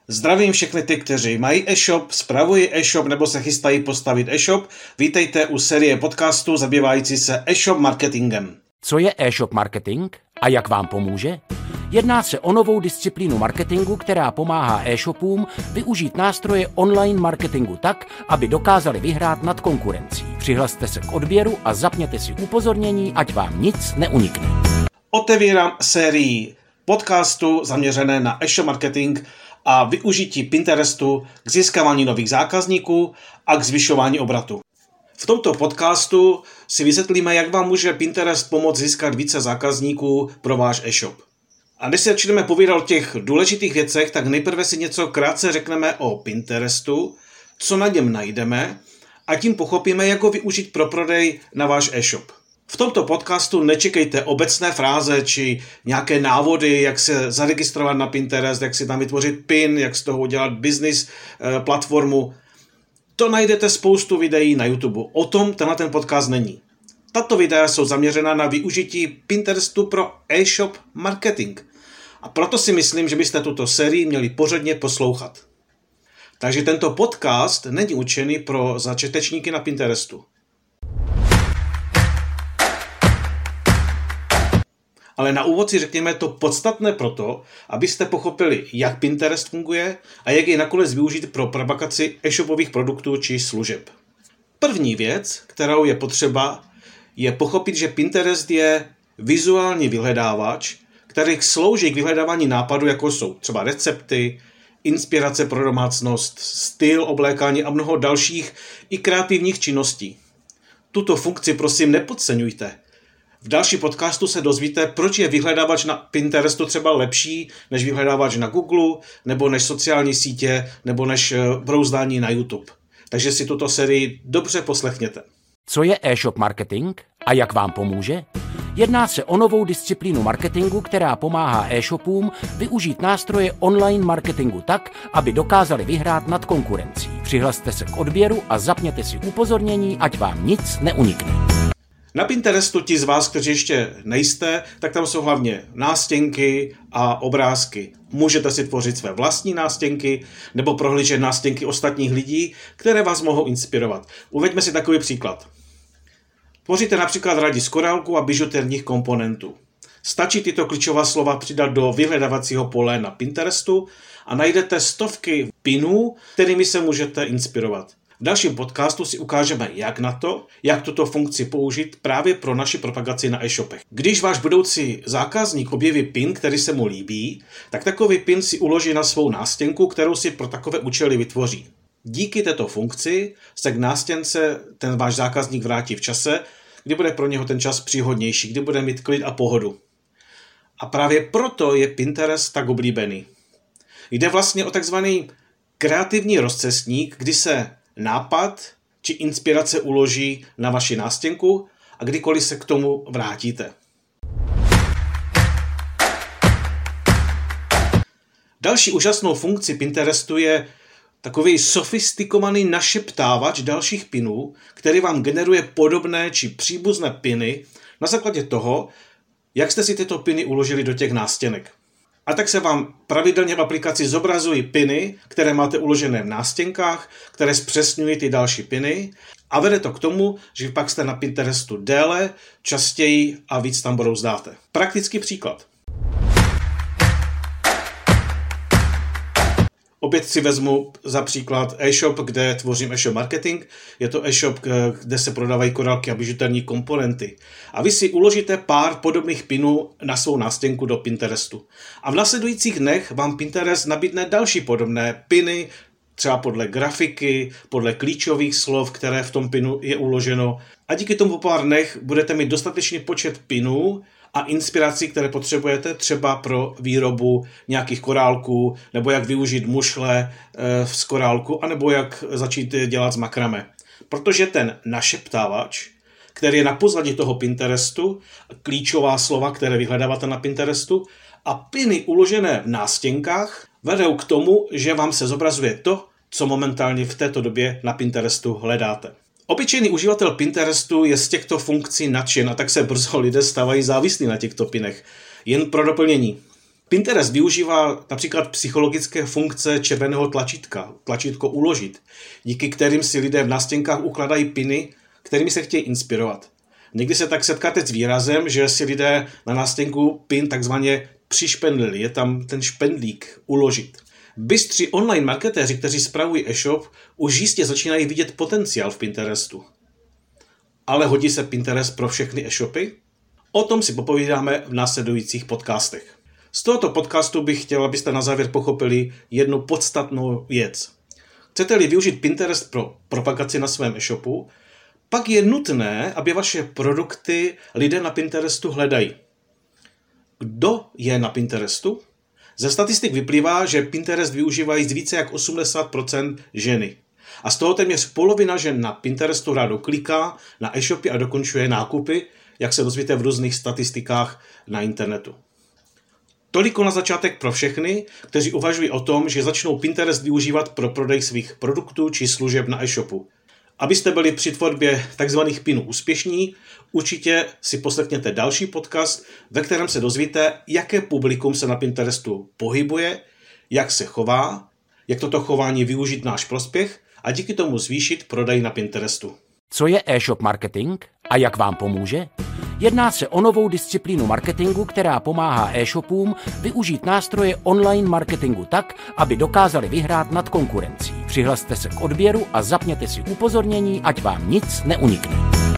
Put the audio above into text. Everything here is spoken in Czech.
Zdravím všechny ty, kteří mají e-shop, spravují e-shop nebo se chystají postavit e-shop. Vítejte u série podcastů zabývající se e-shop marketingem. Co je e-shop marketing a jak vám pomůže? Jedná se o novou disciplínu marketingu, která pomáhá e-shopům využít nástroje online marketingu tak, aby dokázali vyhrát nad konkurencí. Přihlaste se k odběru a zapněte si upozornění, ať vám nic neunikne. Otevírám sérii podcastů zaměřené na e-shop marketing a využití Pinterestu k získávání nových zákazníků a k zvyšování obratu. V tomto podcastu si vysvětlíme, jak vám může Pinterest pomoct získat více zákazníků pro váš e-shop. A než si začneme povídat o těch důležitých věcech, tak nejprve si něco krátce řekneme o Pinterestu, co na něm najdeme a tím pochopíme, jak ho využít pro prodej na váš e-shop. V tomto podcastu nečekejte obecné fráze či nějaké návody, jak se zaregistrovat na Pinterest, jak si tam vytvořit pin, jak z toho udělat business platformu. To najdete spoustu videí na YouTube. O tom ten podcast není. Tato videa jsou zaměřena na využití Pinterestu pro e-shop marketing. A proto si myslím, že byste tuto sérii měli pořádně poslouchat. Takže tento podcast není určený pro začátečníky na Pinterestu. Ale na úvod si řekněme to podstatné proto, abyste pochopili, jak Pinterest funguje a jak jej nakonec využít pro propagaci e-shopových produktů či služeb. První věc, kterou je potřeba, je pochopit, že Pinterest je vizuální vyhledávač, který slouží k vyhledávání nápadů, jako jsou třeba recepty, inspirace pro domácnost, styl oblékání a mnoho dalších i kreativních činností. Tuto funkci prosím nepodceňujte. V další podcastu se dozvíte, proč je vyhledávač na Pinterestu třeba lepší než vyhledávač na Google, nebo než sociální sítě, nebo než brouzdání na YouTube. Takže si tuto sérii dobře poslechněte. Co je e-shop marketing a jak vám pomůže? Jedná se o novou disciplínu marketingu, která pomáhá e-shopům využít nástroje online marketingu tak, aby dokázali vyhrát nad konkurencí. Přihlaste se k odběru a zapněte si upozornění, ať vám nic neunikne. Na Pinterestu ti z vás, kteří ještě nejste, tak tam jsou hlavně nástěnky a obrázky. Můžete si tvořit své vlastní nástěnky nebo prohlížet nástěnky ostatních lidí, které vás mohou inspirovat. Uveďme si takový příklad. Tvoříte například rádi z korálku a bižuterních komponentů. Stačí tyto klíčová slova přidat do vyhledávacího pole na Pinterestu a najdete stovky pinů, kterými se můžete inspirovat. V dalším podcastu si ukážeme, jak tuto funkci použít právě pro naši propagaci na e-shopech. Když váš budoucí zákazník objeví pin, který se mu líbí, tak takový pin si uloží na svou nástěnku, kterou si pro takové účely vytvoří. Díky této funkci se k nástěnce ten váš zákazník vrátí v čase, kdy bude pro něho ten čas příhodnější, kdy bude mít klid a pohodu. A právě proto je Pinterest tak oblíbený. Jde vlastně o takzvaný kreativní rozcestník, kdy se nápad či inspirace uloží na vaši nástěnku a kdykoliv se k tomu vrátíte. Další úžasnou funkcí Pinterestu je takový sofistikovaný našeptávač dalších pinů, který vám generuje podobné či příbuzné piny na základě toho, jak jste si tyto piny uložili do těch nástěnek. A tak se vám pravidelně v aplikaci zobrazují piny, které máte uložené v nástěnkách, které zpřesňují ty další piny a vede to k tomu, že pak jste na Pinterestu déle, častěji a víc tam brouzdáte. Praktický příklad. Opět si vezmu za příklad e-shop, kde tvořím e-shop marketing. Je to e-shop, kde se prodávají korálky a bižuterní komponenty. A vy si uložíte pár podobných pinů na svou nástěnku do Pinterestu. A v následujících dnech vám Pinterest nabídne další podobné piny, třeba podle grafiky, podle klíčových slov, které v tom pinu je uloženo. A díky tomu po pár dnech budete mít dostatečný počet pinů a inspirací, které potřebujete třeba pro výrobu nějakých korálků, nebo jak využít mušle z korálku, anebo jak začít dělat z makrame. Protože ten našeptávač, který je na pozadí toho Pinterestu, klíčová slova, které vyhledáváte na Pinterestu, a piny uložené v nástěnkách vedou k tomu, že vám se zobrazuje to, co momentálně v této době na Pinterestu hledáte. Obyčejný uživatel Pinterestu je z těchto funkcí nadšen a tak se brzo lidé stávají závislí na těchto pinech. Jen pro doplnění. Pinterest využívá například psychologické funkce červeného tlačítka, tlačítko uložit, díky kterým si lidé v nástěnkách ukládají piny, kterými se chtějí inspirovat. Někdy se tak setkáte s výrazem, že si lidé na nástěnku pin takzvaně přišpendlili, je tam ten špendlík uložit. Bystří online marketéři, kteří spravují e-shop, už jistě začínají vidět potenciál v Pinterestu. Ale hodí se Pinterest pro všechny e-shopy? O tom si popovídáme v následujících podcastech. Z tohoto podcastu bych chtěl, abyste na závěr pochopili jednu podstatnou věc. Chcete-li využít Pinterest pro propagaci na svém e-shopu, pak je nutné, aby vaše produkty lidé na Pinterestu hledají. Kdo je na Pinterestu? Ze statistik vyplývá, že Pinterest využívají z více jak 80% ženy. A z toho téměř polovina žen na Pinterestu rádo kliká na e-shopy a dokončuje nákupy, jak se dozvíte v různých statistikách na internetu. Toliko na začátek pro všechny, kteří uvažují o tom, že začnou Pinterest využívat pro prodej svých produktů či služeb na e-shopu. Abyste byli při tvorbě tzv. Pinů úspěšní, určitě si poslechněte další podcast, ve kterém se dozvíte, jaké publikum se na Pinterestu pohybuje, jak se chová, jak toto chování využít náš prospěch a díky tomu zvýšit prodej na Pinterestu. Co je e-shop marketing a jak vám pomůže? Jedná se o novou disciplínu marketingu, která pomáhá e-shopům využít nástroje online marketingu tak, aby dokázali vyhrát nad konkurencí. Přihlaste se k odběru a zapněte si upozornění, ať vám nic neunikne.